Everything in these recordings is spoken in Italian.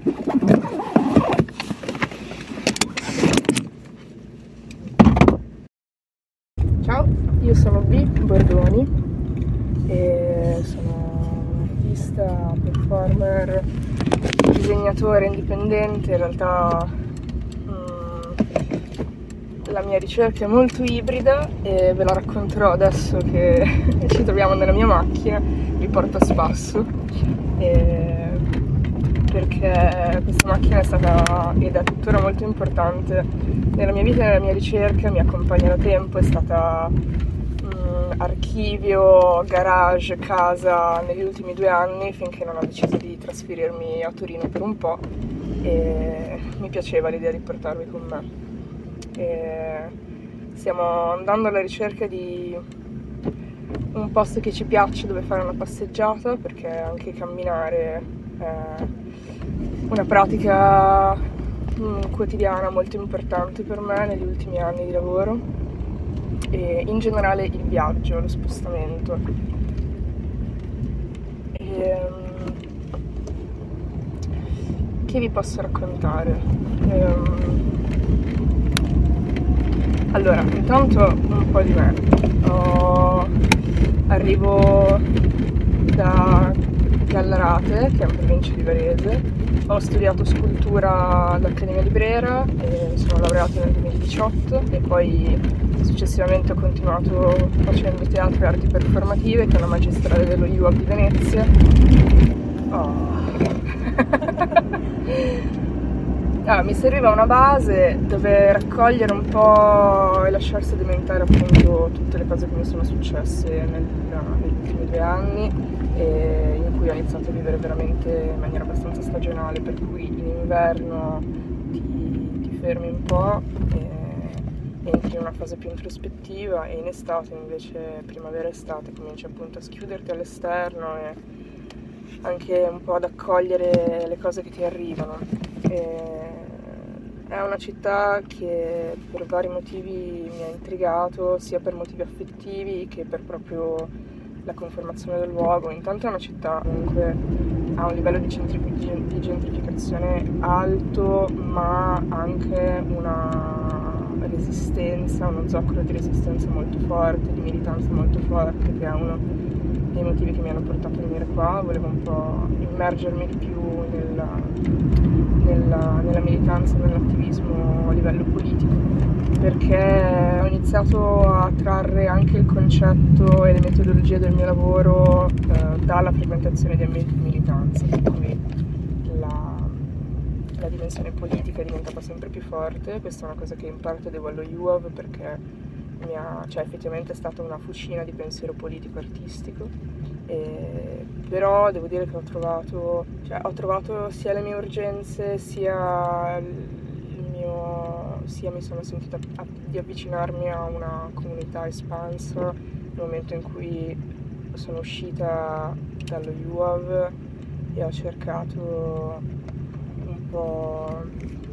Ciao, io sono B. Bordoni e sono un artista, performer, disegnatore indipendente. In realtà la mia ricerca è molto ibrida e ve la racconterò adesso che ci troviamo nella mia macchina, vi porto a spasso, perché questa macchina è stata ed è tuttora molto importante nella mia vita e nella mia ricerca, mi accompagna da tempo, è stata archivio, garage, casa negli ultimi 2 anni finché non ho deciso di trasferirmi a Torino per un po' e mi piaceva l'idea di portarvi con me. Stiamo andando alla ricerca di un posto che ci piace dove fare una passeggiata, perché anche camminare è una pratica quotidiana molto importante per me negli ultimi anni di lavoro e in generale il viaggio, lo spostamento. Che vi posso raccontare? Allora, intanto un po' di me. Arrivo da Gallarate, che è in provincia di Varese. Ho studiato scultura all'Accademia di Brera e sono laureata nel 2018 e poi successivamente ho continuato facendo teatro e arti performative, che è una magistrale dello UAB di Venezia. Mi serviva una base dove raccogliere un po' e lasciarsi alimentare appunto tutte le cose che mi sono successe negli ultimi 2 anni e in cui ho iniziato a vivere veramente in maniera abbastanza stagionale, per cui in inverno ti fermi un po' e entri in una fase più introspettiva e in estate invece, primavera-estate, cominci appunto a schiuderti all'esterno e anche un po' ad accogliere le cose che ti arrivano. È una città che per vari motivi mi ha intrigato, sia per motivi affettivi che per proprio la conformazione del luogo. Intanto è una città comunque ha un livello di gentrificazione alto, ma anche una resistenza, uno zoccolo di resistenza molto forte, di militanza molto forte, che è uno dei motivi che mi hanno portato a venire qua. Volevo un po' immergermi di più nella militanza, nell'attivismo a livello politico, perché ho iniziato a trarre anche il concetto e le metodologie del mio lavoro dalla frequentazione di ambienti di militanza, per cui la dimensione politica è diventata sempre più forte. Questa è una cosa che in parte devo allo UAV, perché effettivamente è stata una fucina di pensiero politico artistico, però devo dire che ho trovato sia le mie urgenze sia mi sono sentita di avvicinarmi a una comunità espansa nel momento in cui sono uscita dallo UAV e ho cercato un po'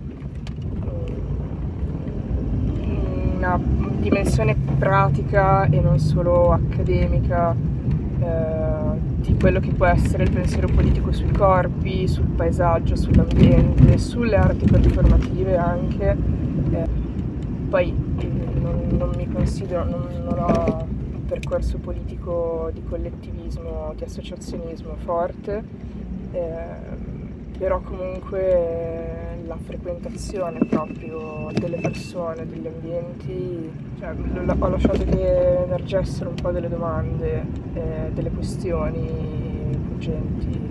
una dimensione pratica e non solo accademica di quello che può essere il pensiero politico sui corpi, sul paesaggio, sull'ambiente, sulle arti performative anche. Poi non mi considero, non ho un percorso politico di collettivismo, di associazionismo forte, però comunque la frequentazione proprio delle persone, degli ambienti, ho lasciato che emergessero un po' delle domande, delle questioni urgenti,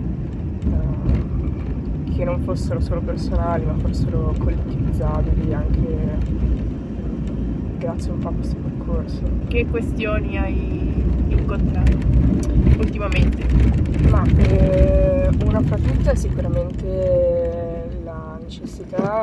che non fossero solo personali ma fossero collettivizzabili anche grazie un po' a questo percorso. Che questioni hai incontrato ultimamente? Ma una fra tutte è sicuramente la necessità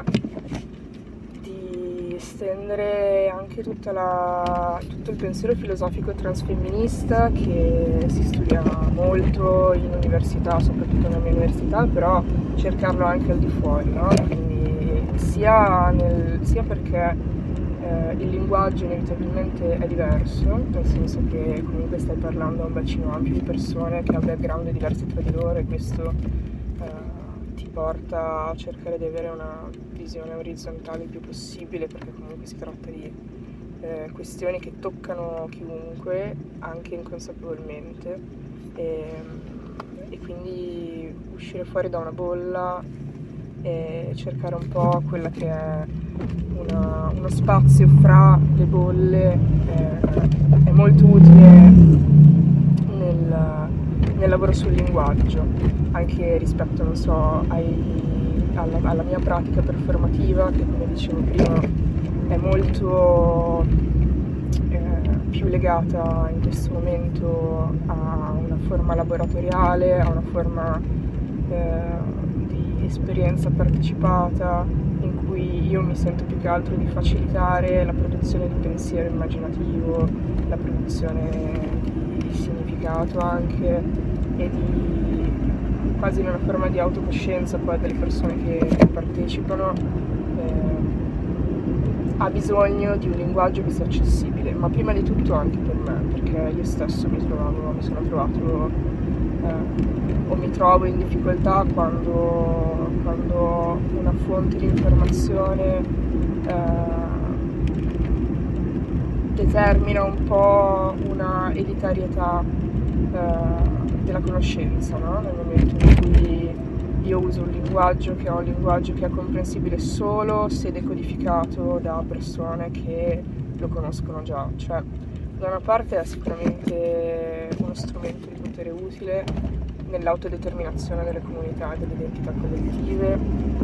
di estendere anche tutto il pensiero filosofico transfemminista che si studia molto in università, soprattutto nella mia università, però cercarlo anche al di fuori, no? Quindi sia perché il linguaggio inevitabilmente è diverso, nel senso che comunque stai parlando a un bacino ampio di persone che ha background diversi tra di loro, e questo ti porta a cercare di avere una visione orizzontale il più possibile, perché comunque si tratta di questioni che toccano chiunque, anche inconsapevolmente, e quindi uscire fuori da una bolla e cercare un po' quella che è uno spazio fra le bolle è molto utile nel lavoro sul linguaggio, anche rispetto, non so, alla mia pratica performativa, che come dicevo prima è molto più legata in questo momento a una forma laboratoriale, a una forma di esperienza partecipata, in cui io mi sento più che altro di facilitare la produzione di pensiero immaginativo, la produzione di significato anche, e di quasi in una forma di autocoscienza poi delle persone che partecipano. Ha bisogno di un linguaggio che sia accessibile, ma prima di tutto anche per me, perché io stesso mi sono trovato o mi trovo in difficoltà quando una fonte di informazione determina un po' una elitarietà della conoscenza, no? Nel momento in cui io uso un linguaggio che è comprensibile solo se decodificato da persone che lo conoscono già. Cioè, da una parte è sicuramente uno strumento di potere utile nell'autodeterminazione delle comunità e delle identità collettive,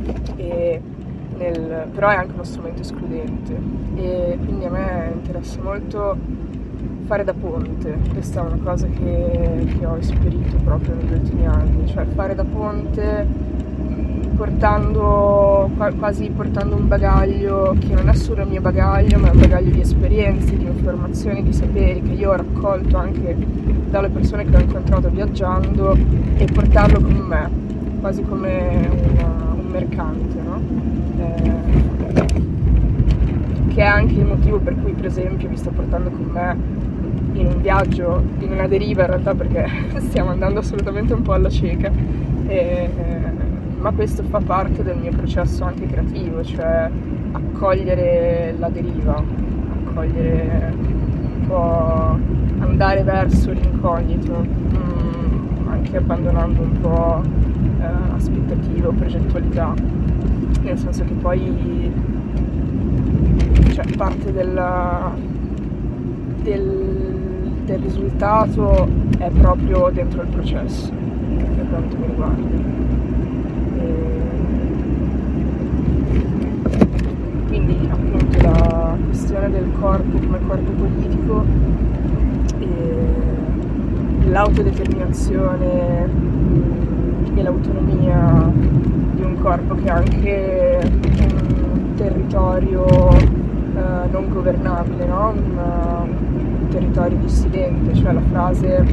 però è anche uno strumento escludente, e quindi a me interessa molto fare da ponte. Questa è una cosa che ho esperito proprio negli ultimi anni, cioè fare da ponte quasi portando un bagaglio che non è solo il mio bagaglio, ma è un bagaglio di esperienze, di informazioni, di saperi che io ho raccolto anche dalle persone che ho incontrato viaggiando, e portarlo con me, quasi come un mercante, no? Che è anche il motivo per cui, per esempio, mi sto portando con me in un viaggio, in una deriva in realtà, perché stiamo andando assolutamente un po' alla cieca, ma questo fa parte del mio processo anche creativo, cioè accogliere la deriva, accogliere un po', andare verso l'incognito, anche abbandonando un po' aspettative o progettualità, nel senso che poi parte del risultato è proprio dentro il processo, per quanto mi riguarda. Quindi appunto la questione del corpo come corpo politico, l'autodeterminazione e l'autonomia di un corpo che è anche un territorio non governabile, no? Un territorio dissidente, cioè la frase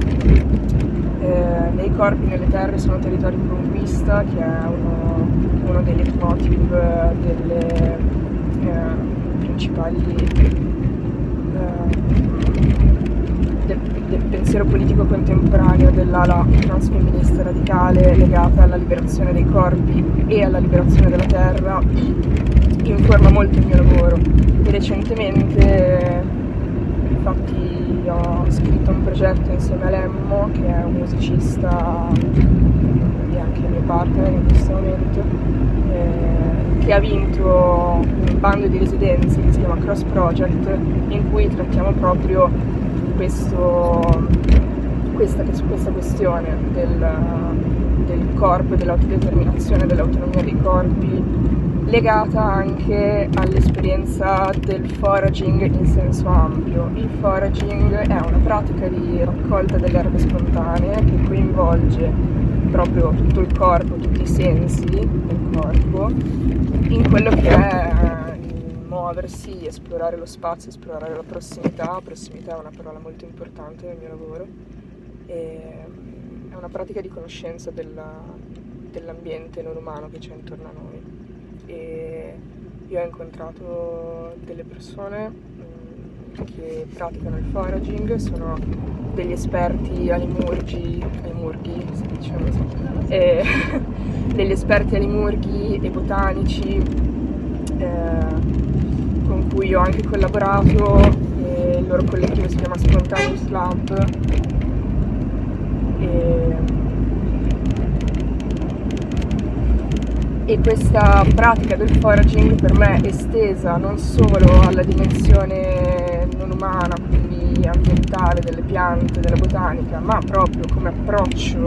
nei corpi, nelle terre sono territori di conquista, che è uno dei leitmotiv delle principali del pensiero politico contemporaneo dell'ala transfemminista radicale legata alla liberazione dei corpi e alla liberazione della terra, informa molto il mio lavoro. E recentemente, infatti, ho scritto un progetto insieme a Lemmo, che è un musicista e anche il mio partner in questo momento, che ha vinto un bando di residenze che si chiama Cross Project, in cui trattiamo proprio questa questione del corpo e dell'autodeterminazione, dell'autonomia dei corpi, legata anche all'esperienza del foraging in senso ampio. Il foraging è una pratica di raccolta delle erbe spontanee che coinvolge proprio tutto il corpo, tutti i sensi del corpo, in quello che è muoversi, esplorare lo spazio, esplorare la prossimità. Prossimità è una parola molto importante nel mio lavoro, e è una pratica di conoscenza dell'ambiente non umano che c'è intorno a noi. E io ho incontrato delle persone che praticano il foraging, sono degli esperti alimurghi, si dice così, degli esperti alimurghi e botanici con cui ho anche collaborato. Il loro collettivo si chiama Spontaneous Lab e questa pratica del foraging per me è estesa non solo alla dimensione non umana, quindi ambientale, delle piante, della botanica, ma proprio come approccio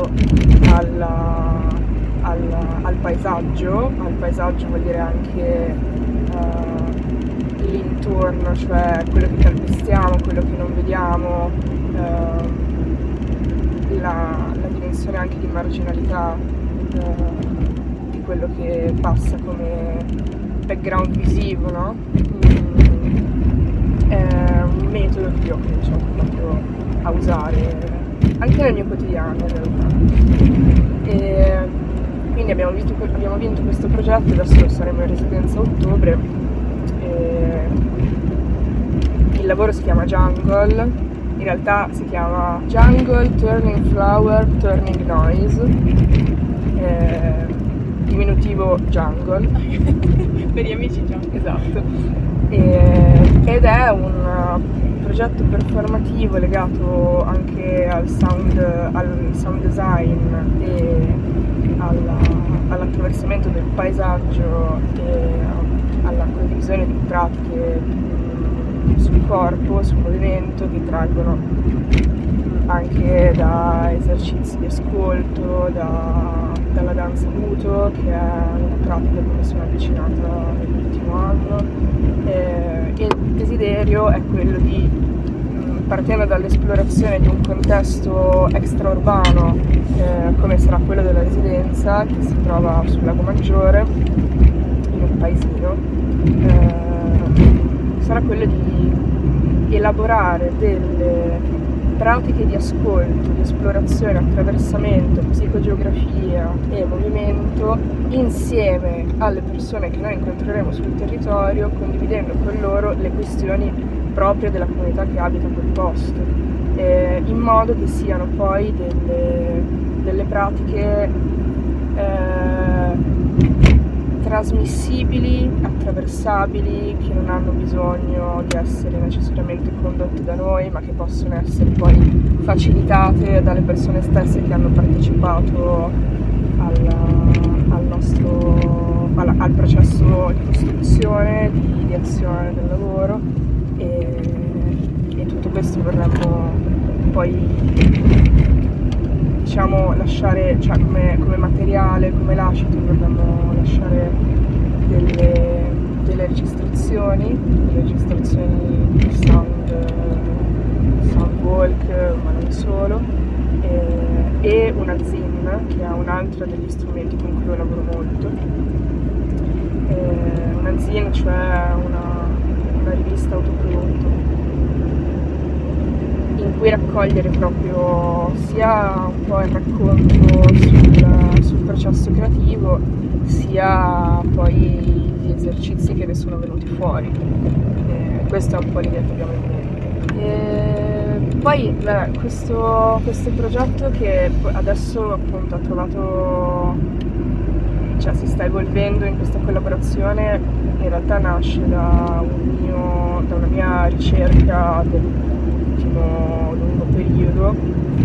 al paesaggio. Al paesaggio vuol dire anche l'intorno, cioè quello che calpestiamo, quello che non vediamo, la dimensione anche di marginalità di quello che passa come background visivo, no? È un metodo che io ho cominciato proprio a usare anche nel mio quotidiano in realtà. E quindi abbiamo vinto questo progetto, adesso saremo in residenza a ottobre. Il lavoro si chiama Jungle, in realtà si chiama Jungle Turning Flower Turning Noise, diminutivo Jungle. Per gli amici Jungle. Esatto. Ed è un progetto performativo legato anche al sound design e all'attraversamento del paesaggio e alla condivisione di pratiche sul corpo, sul movimento, che traggono anche da esercizi di ascolto, dalla danza muto, che è una pratica che mi sono avvicinata nell'ultimo anno. E il desiderio è quello di, partendo dall'esplorazione di un contesto extraurbano come sarà quello della residenza, che si trova sul Lago Maggiore, in un paesino, sarà quello di elaborare delle pratiche di ascolto, di esplorazione, attraversamento, psicogeografia e movimento insieme alle persone che noi incontreremo sul territorio, condividendo con loro le questioni proprie della comunità che abita quel posto, in modo che siano poi delle pratiche trasmissibili, attraversabili, che non hanno bisogno di essere necessariamente condotte da noi, ma che possono essere poi facilitate dalle persone stesse che hanno partecipato al processo di costruzione, di azione del lavoro, e tutto questo vorremmo poi, diciamo, lasciare, cioè come materiale, come lascito, vorremmo lasciare delle registrazioni di sound walk, ma non solo, e una zin, che è un altro degli strumenti con cui io lavoro molto. Una zin, cioè una rivista autoprodotta, in cui raccogliere proprio sia un po' il racconto sul processo creativo, sia poi gli esercizi che ne sono venuti fuori. Questa è un po' l'idea che abbiamo in mente. Poi questo progetto, che adesso appunto ha trovato, cioè si sta evolvendo in questa collaborazione, in realtà nasce da una mia ricerca dell'ultimo lungo periodo,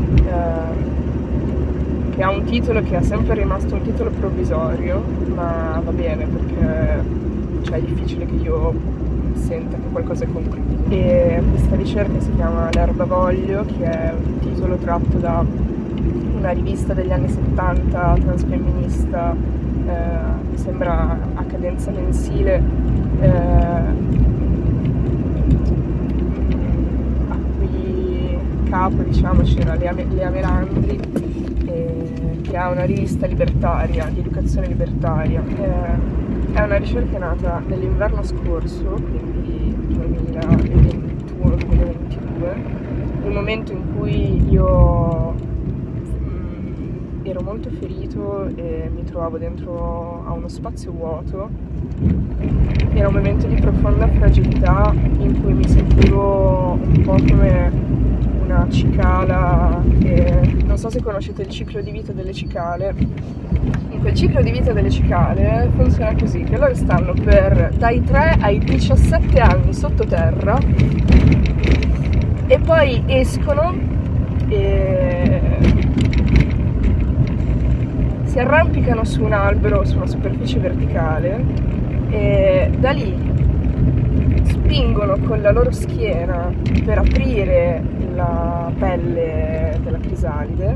che ha un titolo che è sempre rimasto un titolo provvisorio, ma va bene, perché cioè, è difficile che io senta che qualcosa è concluso. E questa ricerca si chiama L'erbavoglio, che è un titolo tratto da una rivista degli anni 70 transfemminista, mi sembra a cadenza mensile, a cui capo, diciamo, c'era Lea Melandri, che ha una rivista libertaria, di educazione libertaria. È una ricerca nata nell'inverno scorso, quindi 2021-2022, un momento in cui io ero molto ferito e mi trovavo dentro a uno spazio vuoto, era un momento di profonda fragilità in cui mi sentivo un po' come una cicala, e non so se conoscete il ciclo di vita delle cicale. In quel ciclo di vita delle cicale funziona così, che loro stanno dai 3 ai 17 anni sottoterra e poi escono e si arrampicano su un albero, su una superficie verticale, e da lì spingono con la loro schiena per aprire la pelle della crisalide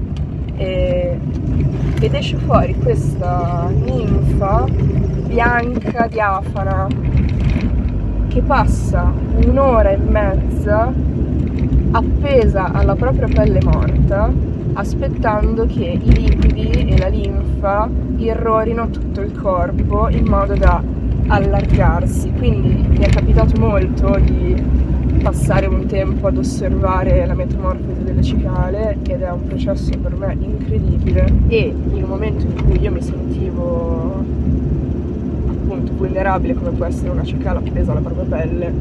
ed esce fuori questa ninfa bianca, diafana, che passa 1 ora e mezza appesa alla propria pelle morta, aspettando che i liquidi e la linfa irrorino tutto il corpo in modo da allargarsi. Quindi mi è capitato molto di passare un tempo ad osservare la metamorfosi delle cicale ed è un processo per me incredibile, e in un momento in cui io mi sentivo appunto vulnerabile come può essere una cicala appesa alla propria pelle,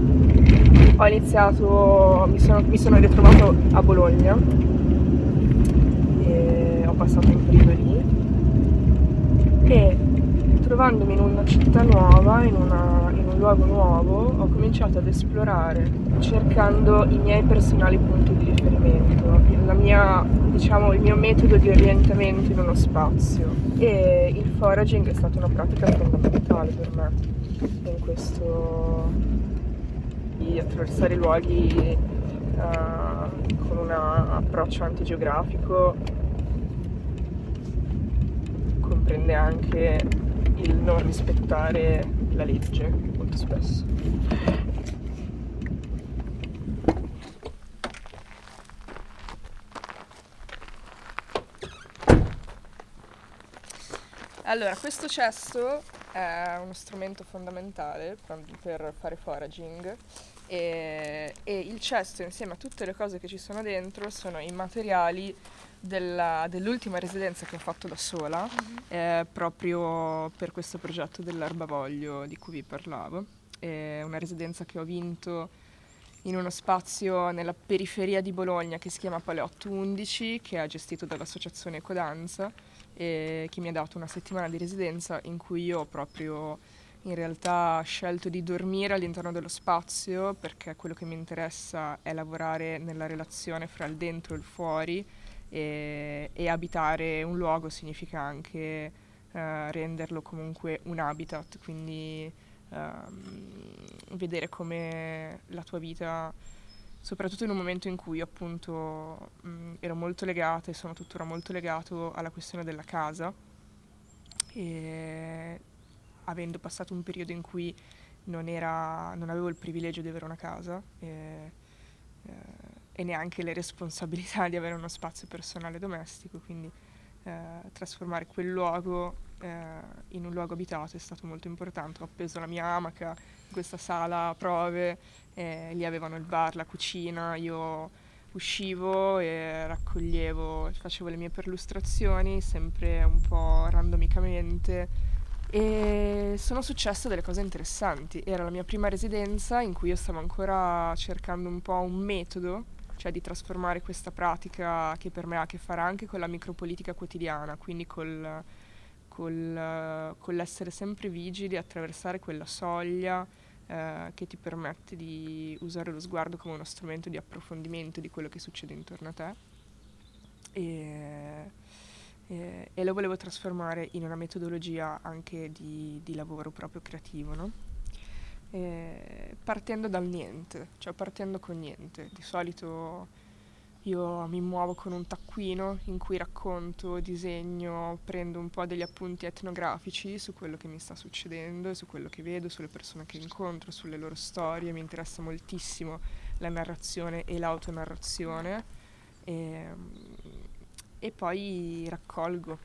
mi sono ritrovato a Bologna e ho passato un periodo lì, e trovandomi in una città nuova, in un luogo nuovo, ho cominciato ad esplorare cercando i miei personali punti di riferimento, il mio metodo di orientamento in uno spazio, e il foraging è stata una pratica fondamentale per me in questo, di attraversare i luoghi con un approccio antigeografico. Comprende anche il non rispettare la legge molto spesso. Allora, questo cesto è uno strumento fondamentale per fare foraging, e il cesto, insieme a tutte le cose che ci sono dentro, sono i materiali dell'ultima residenza che ho fatto da sola, proprio per questo progetto dell'erbavoglio di cui vi parlavo. È una residenza che ho vinto in uno spazio nella periferia di Bologna che si chiama Paleotto 11, che è gestito dall'associazione Ecodanza, e che mi ha dato una settimana di residenza in cui io ho proprio in realtà scelto di dormire all'interno dello spazio, perché quello che mi interessa è lavorare nella relazione fra il dentro e il fuori, e abitare un luogo significa anche renderlo comunque un habitat, quindi vedere come la tua vita, soprattutto in un momento in cui appunto ero molto legata e sono tuttora molto legato alla questione della casa, e avendo passato un periodo in cui non avevo il privilegio di avere una casa e neanche le responsabilità di avere uno spazio personale domestico, quindi trasformare quel luogo in un luogo abitato è stato molto importante. Ho appeso la mia amaca in questa sala a prove, lì avevano il bar, la cucina, io uscivo e raccoglievo, facevo le mie perlustrazioni sempre un po' randomicamente, e sono successe delle cose interessanti. Era la mia prima residenza in cui io stavo ancora cercando un po' un metodo, cioè di trasformare questa pratica che per me ha a che fare anche con la micropolitica quotidiana, quindi con l'essere sempre vigili, attraversare quella soglia che ti permette di usare lo sguardo come uno strumento di approfondimento di quello che succede intorno a te, e lo volevo trasformare in una metodologia anche di lavoro proprio creativo, no? Partendo dal niente, cioè partendo con niente. Di solito io mi muovo con un taccuino in cui racconto, disegno, prendo un po' degli appunti etnografici su quello che mi sta succedendo e su quello che vedo, sulle persone che incontro, sulle loro storie. Mi interessa moltissimo la narrazione e l'autonarrazione, e poi raccolgo.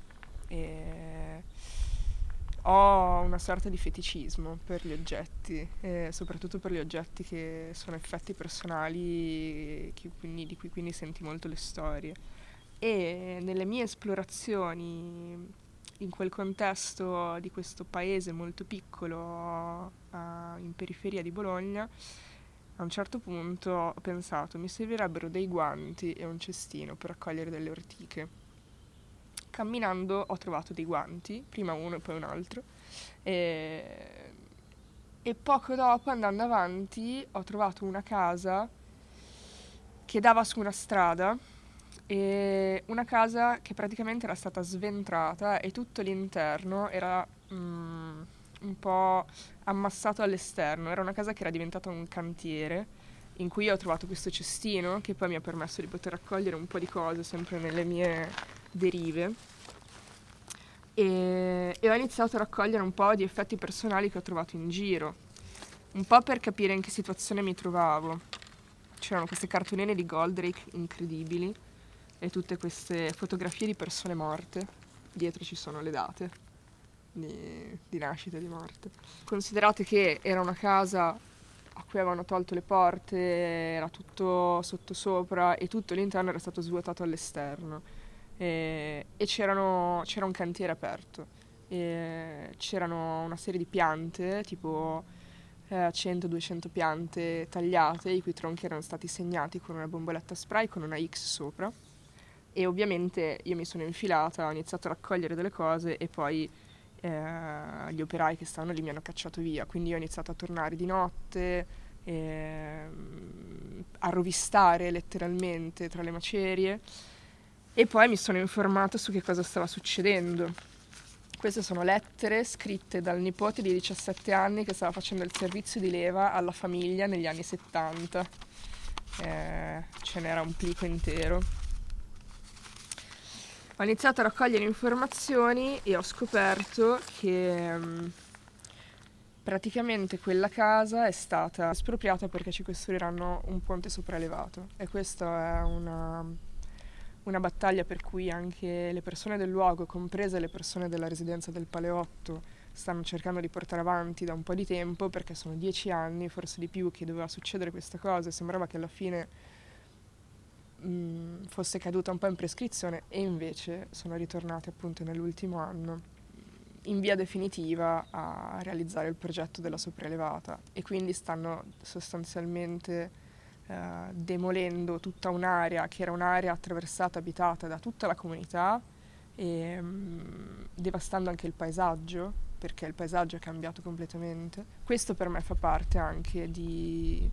Ho una sorta di feticismo per gli oggetti, soprattutto per gli oggetti che sono effetti personali, di cui quindi senti molto le storie. E nelle mie esplorazioni in quel contesto di questo paese molto piccolo in periferia di Bologna, a un certo punto ho pensato mi servirebbero dei guanti e un cestino per raccogliere delle ortiche. Camminando ho trovato dei guanti, prima uno e poi un altro, e poco dopo, andando avanti, ho trovato una casa che dava su una strada, e una casa che praticamente era stata sventrata e tutto l'interno era un po' ammassato all'esterno. Era una casa che era diventata un cantiere, in cui ho trovato questo cestino che poi mi ha permesso di poter raccogliere un po' di cose sempre nelle mie derive, e ho iniziato a raccogliere un po' di effetti personali che ho trovato in giro, un po' per capire in che situazione mi trovavo. C'erano queste cartoline di Goldrake incredibili e tutte queste fotografie di persone morte. Dietro ci sono le date di nascita e di morte. Considerate che era una casa a cui avevano tolto le porte, era tutto sottosopra e tutto l'interno era stato svuotato all'esterno, e c'era un cantiere aperto, e c'erano una serie di piante, tipo 100-200 piante tagliate, i cui tronchi erano stati segnati con una bomboletta spray con una X sopra, e ovviamente io mi sono infilata, ho iniziato a raccogliere delle cose e poi gli operai che stavano lì mi hanno cacciato via, quindi ho iniziato a tornare di notte, a rovistare letteralmente tra le macerie, e poi mi sono informata su che cosa stava succedendo. Queste sono lettere scritte dal nipote di 17 anni che stava facendo il servizio di leva alla famiglia negli anni 70. Ce n'era un plico intero. Ho iniziato a raccogliere informazioni e ho scoperto che praticamente quella casa è stata espropriata perché ci costruiranno un ponte sopraelevato, e questa è una battaglia per cui anche le persone del luogo, comprese le persone della residenza del Paleotto, stanno cercando di portare avanti da un po' di tempo, perché sono 10 anni, forse di più, che doveva succedere questa cosa, e sembrava che alla fine fosse caduta un po' in prescrizione, e invece sono ritornati appunto nell'ultimo anno in via definitiva a realizzare il progetto della sopraelevata, e quindi stanno sostanzialmente demolendo tutta un'area che era un'area attraversata, abitata da tutta la comunità, e devastando anche il paesaggio, perché il paesaggio è cambiato completamente. Questo per me fa parte anche di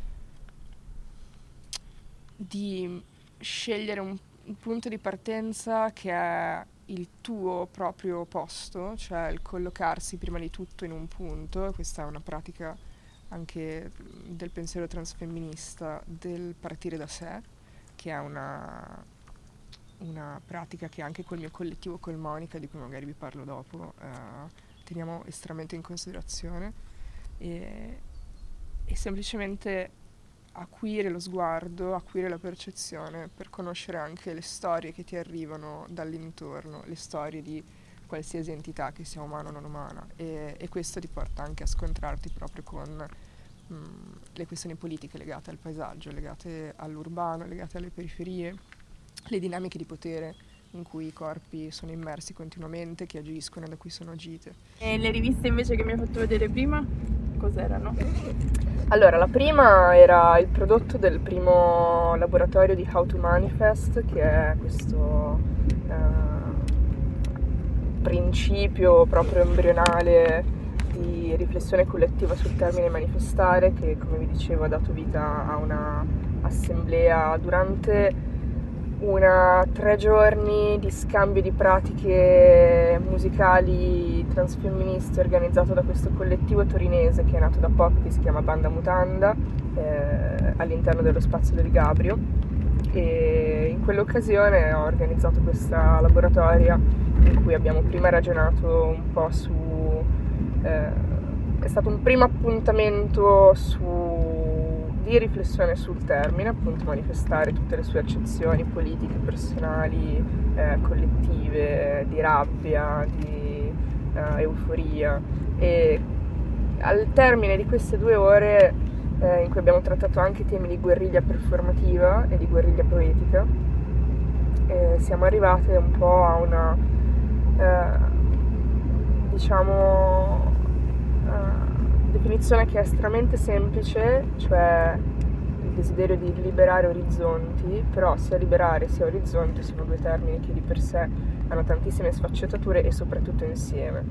scegliere un punto di partenza che è il tuo proprio posto, cioè il collocarsi prima di tutto in un punto. Questa è una pratica anche del pensiero transfemminista, del partire da sé, che è una pratica che anche col mio collettivo, col Monica, di cui magari vi parlo dopo, teniamo estremamente in considerazione, e semplicemente acuire lo sguardo, acuire la percezione per conoscere anche le storie che ti arrivano dall'intorno, le storie di qualsiasi entità, che sia umana o non umana, e questo ti porta anche a scontrarti proprio con le questioni politiche legate al paesaggio, legate all'urbano, legate alle periferie, le dinamiche di potere in cui i corpi sono immersi continuamente, che agiscono e da cui sono agite. E le riviste invece che mi hai fatto vedere prima, cos'erano? Allora, la prima era il prodotto del primo laboratorio di How to Manifest, che è questo principio proprio embrionale di riflessione collettiva sul termine manifestare, che, come vi dicevo, ha dato vita a una assemblea durante 3 giorni di scambio di pratiche musicali transfemministe organizzato da questo collettivo torinese che è nato da poco, che si chiama Banda Mutanda, all'interno dello spazio del Gabrio. E in quell'occasione ho organizzato questa laboratoria in cui abbiamo prima ragionato un po' è stato un primo appuntamento di riflessione sul termine, appunto manifestare, tutte le sue accezioni politiche, personali, collettive, di rabbia, di euforia. E al termine di queste 2 ore in cui abbiamo trattato anche temi di guerriglia performativa e di guerriglia poetica, siamo arrivate un po' a diciamo, definizione che è estremamente semplice, cioè il desiderio di liberare orizzonti, però sia liberare sia orizzonti sono due termini che di per sé hanno tantissime sfaccettature e soprattutto insieme.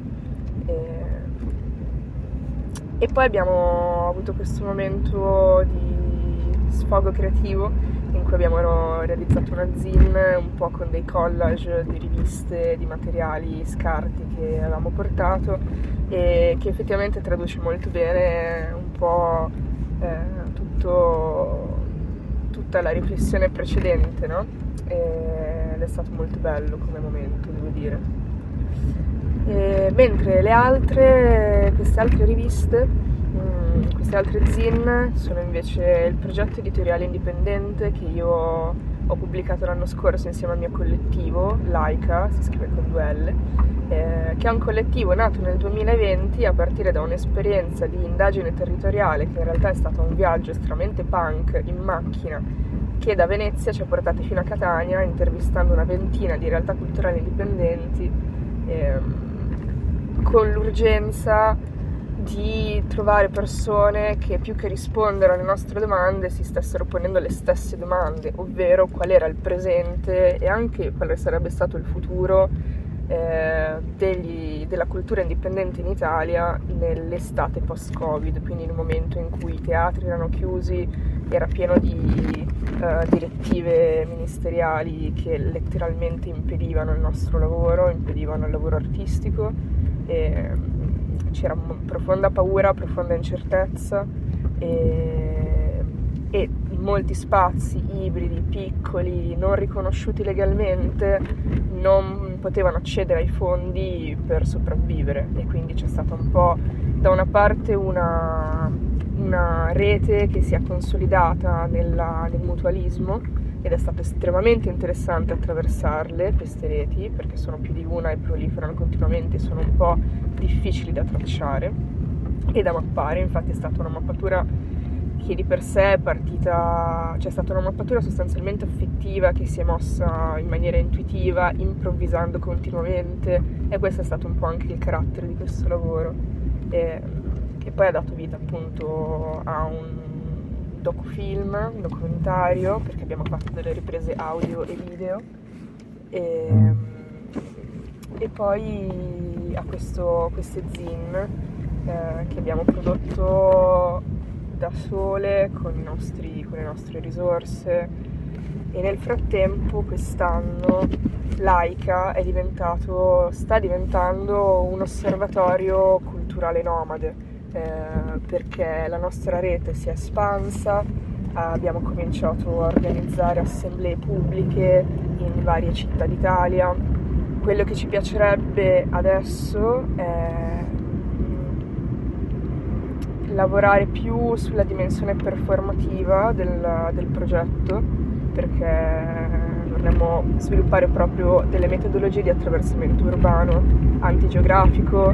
E poi abbiamo avuto questo momento di sfogo creativo in cui abbiamo realizzato una zine un po' con dei collage di riviste, di materiali scarti che avevamo portato e che effettivamente traduce molto bene un po' tutta la riflessione precedente, no? Ed è stato molto bello come momento, devo dire. Mentre queste altre riviste, queste altre zine sono invece il progetto editoriale indipendente che io ho pubblicato l'anno scorso insieme al mio collettivo, Laika, si scrive con 2 L, che è un collettivo nato nel 2020 a partire da un'esperienza di indagine territoriale che in realtà è stato un viaggio estremamente punk in macchina che da Venezia ci ha portati fino a Catania intervistando una ventina di realtà culturali indipendenti con l'urgenza di trovare persone che più che rispondere alle nostre domande si stessero ponendo le stesse domande, ovvero qual era il presente e anche quale sarebbe stato il futuro della cultura indipendente in Italia nell'estate post-Covid, quindi in un momento in cui i teatri erano chiusi, era pieno di direttive ministeriali che letteralmente impedivano il nostro lavoro, impedivano il lavoro artistico e c'era profonda paura, profonda incertezza e in molti spazi ibridi, piccoli, non riconosciuti legalmente non potevano accedere ai fondi per sopravvivere e quindi c'è stata un po' da una parte una rete che si è consolidata nel mutualismo ed è stato estremamente interessante attraversarle, queste reti, perché sono più di una e proliferano continuamente, sono un po' difficili da tracciare e da mappare. Infatti è stata una mappatura che di per sé è partita, cioè è stata una mappatura sostanzialmente affettiva che si è mossa in maniera intuitiva, improvvisando continuamente, e questo è stato un po' anche il carattere di questo lavoro che poi ha dato vita appunto a un docufilm, un documentario, perché abbiamo fatto delle riprese audio e video e poi a queste zine che abbiamo prodotto da sole con le nostre risorse e nel frattempo quest'anno Laika sta diventando un osservatorio culturale nomade perché la nostra rete si è espansa, abbiamo cominciato a organizzare assemblee pubbliche in varie città d'Italia. Quello che ci piacerebbe adesso è lavorare più sulla dimensione performativa del progetto, perché vorremmo sviluppare proprio delle metodologie di attraversamento urbano antigeografico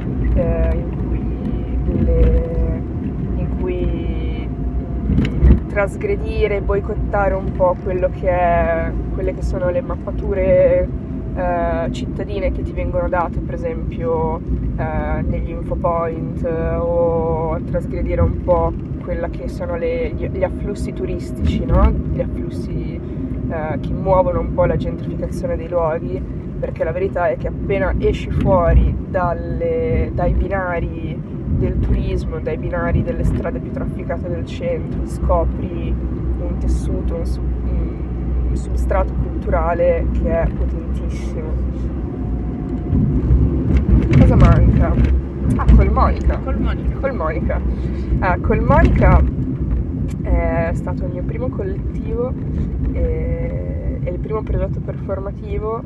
in cui trasgredire e boicottare un po' quelle che sono le mappature cittadine che ti vengono date, per esempio negli infopoint, o trasgredire un po' quella che sono gli afflussi turistici, no? Gli afflussi che muovono un po' la gentrificazione dei luoghi, perché la verità è che appena esci fuori dai binari del turismo, dai binari delle strade più trafficate del centro, scopri un tessuto, un substrato culturale che è potentissimo. Cosa manca? Col Monica è stato il mio primo collettivo e il primo progetto performativo,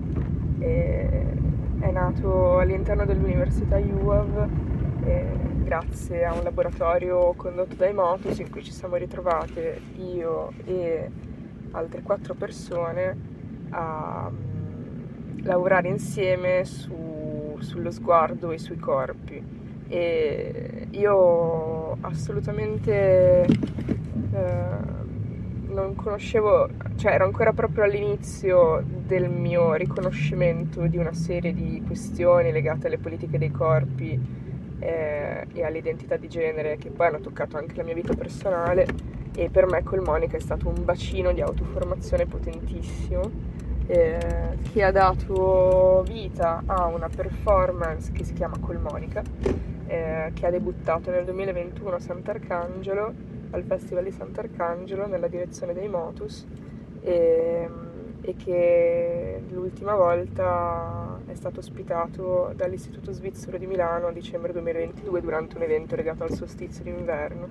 è nato all'interno dell'Università UAV grazie a un laboratorio condotto dai Motus in cui ci siamo ritrovate io e altre 4 persone a lavorare insieme sullo sguardo e sui corpi, e io assolutamente non conoscevo, cioè ero ancora proprio all'inizio del mio riconoscimento di una serie di questioni legate alle politiche dei corpi e all'identità di genere, che poi hanno toccato anche la mia vita personale, e per me Col Monica è stato un bacino di autoformazione potentissimo, che ha dato vita a una performance che si chiama Col Monica, che ha debuttato nel 2021 a Sant'Arcangelo, al Festival di Sant'Arcangelo, nella direzione dei Motus, e che l'ultima volta è stato ospitato dall'Istituto Svizzero di Milano a dicembre 2022 durante un evento legato al solstizio d'inverno.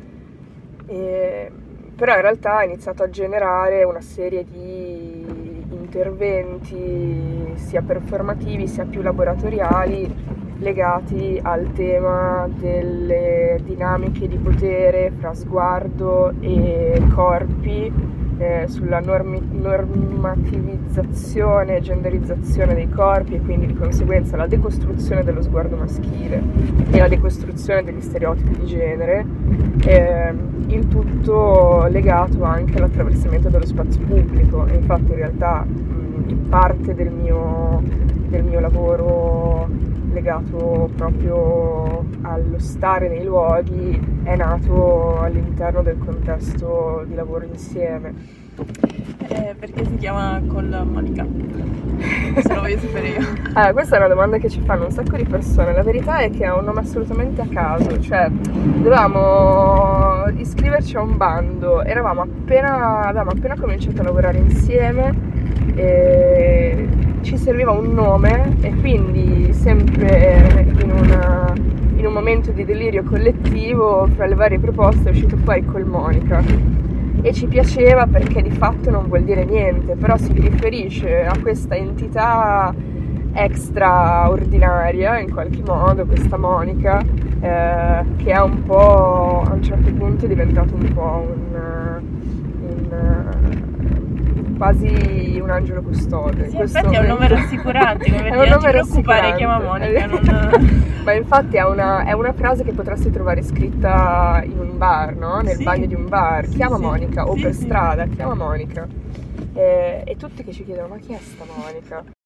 Però in realtà ha iniziato a generare una serie di interventi sia performativi sia più laboratoriali legati al tema delle dinamiche di potere fra sguardo e corpi, sulla normativizzazione e genderizzazione dei corpi, e quindi di conseguenza la decostruzione dello sguardo maschile e la decostruzione degli stereotipi di genere, il tutto legato anche all'attraversamento dello spazio pubblico. E infatti in realtà parte del mio lavoro legato proprio allo stare nei luoghi è nato all'interno del contesto di lavoro insieme. Perché si chiama Col Monica? Se lo voglio sapere io. Questa è una domanda che ci fanno un sacco di persone. La verità è che è un nome assolutamente a caso, cioè dovevamo iscriverci a un bando, avevamo appena cominciato a lavorare insieme e ci serviva un nome, e quindi sempre in un momento di delirio collettivo fra le varie proposte è uscito fuori Col Monica, e ci piaceva perché di fatto non vuol dire niente, però si riferisce a questa entità extraordinaria in qualche modo, questa Monica, che è un po', a un certo punto è diventato un po' quasi un angelo custode. Sì, infatti è un nome rassicurante, come è un nome non ti preoccupare, chiama Monica. Ma infatti è una frase che potresti trovare scritta in un bar, no? Nel bagno di un bar, chiama Monica, o per strada, chiama Monica. E tutti che ci chiedono, ma chi è sta Monica?